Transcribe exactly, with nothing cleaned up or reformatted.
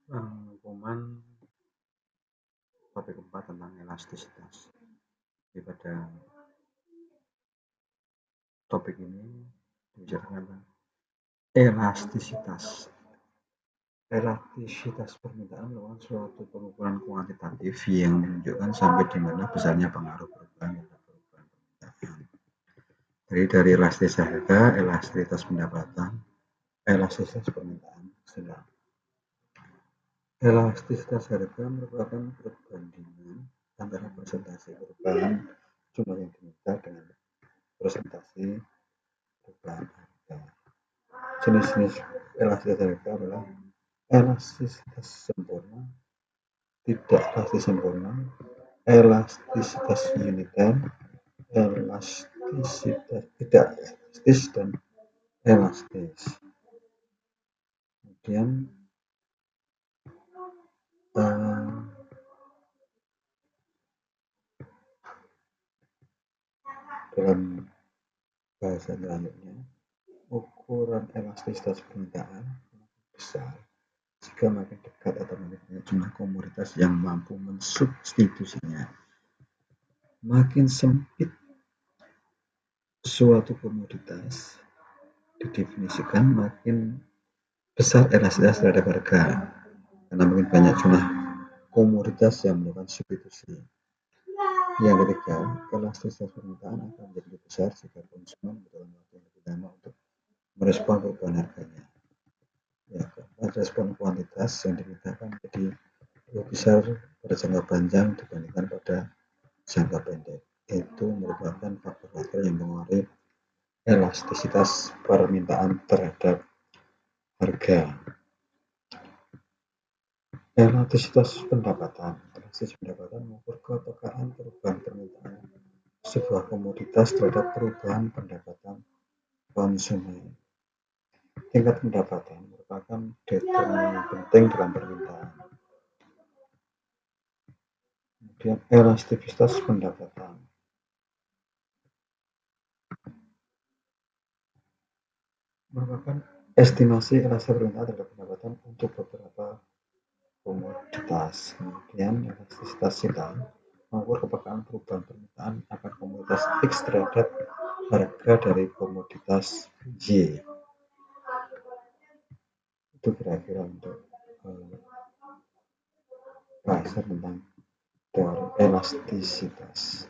Rangkuman topik keempat tentang elastisitas. Jadi pada topik ini dibicarakan tentang elastisitas. Elastisitas permintaan merupakan suatu pengukuran kuantitatif yang menunjukkan sampai di mana besarnya pengaruh perubahan terhadap perubahan permintaan. Jadi dari elastisitas harga, elastisitas pendapatan, elastisitas permintaan. Sedang elastisitas harga merupakan perbandingan antara persentase perubahan jumlah yang diminta dengan presentasi perubahan harga. Jenis-jenis elastisitas harga adalah elastisitas sempurna, tidak elastis sempurna, elastisitas uniter, elastisitas tidak elastis, dan elastis. Kemudian eh, dalam bahasa selanjutnya, ukuran elastisitas permintaan besar jika makin dekat atau makin banyak jumlah komoditas yang mampu mensubstitusinya. Makin sempit suatu komoditas didefinisikan, makin besar elastisitas terhadap harga karena makin banyak jumlah komoditas yang melakukan substitusi. Yang ketiga, elastisitas permintaan akan menjadi lebih besar jika konsumen membutuhkan waktu yang lebih lama untuk merespon perubahan harganya. Ya, keempat, respon kuantitas yang dimintakan menjadi lebih besar pada jangka panjang dibandingkan pada jangka pendek. Itu merupakan faktor-faktor yang mempengaruhi elastisitas permintaan terhadap harga. Elastisitas pendapatan. Elastisitas pendapatan mengukur kepekaan perubahan permintaan sebuah komoditas terhadap perubahan pendapatan konsumen. Tingkat pendapatan merupakan determinan penting dalam permintaan. Kemudian elastisitas pendapatan merupakan estimasi elastisitas permintaan terhadap pendapatan untuk beberapa komoditas. Kemudian elastisitas sita mengukur kepekaan perubahan permintaan akan komoditas X terhadap harga dari komoditas Y. Itu kira-kira untuk eh, bahasa tentang teori elastisitas.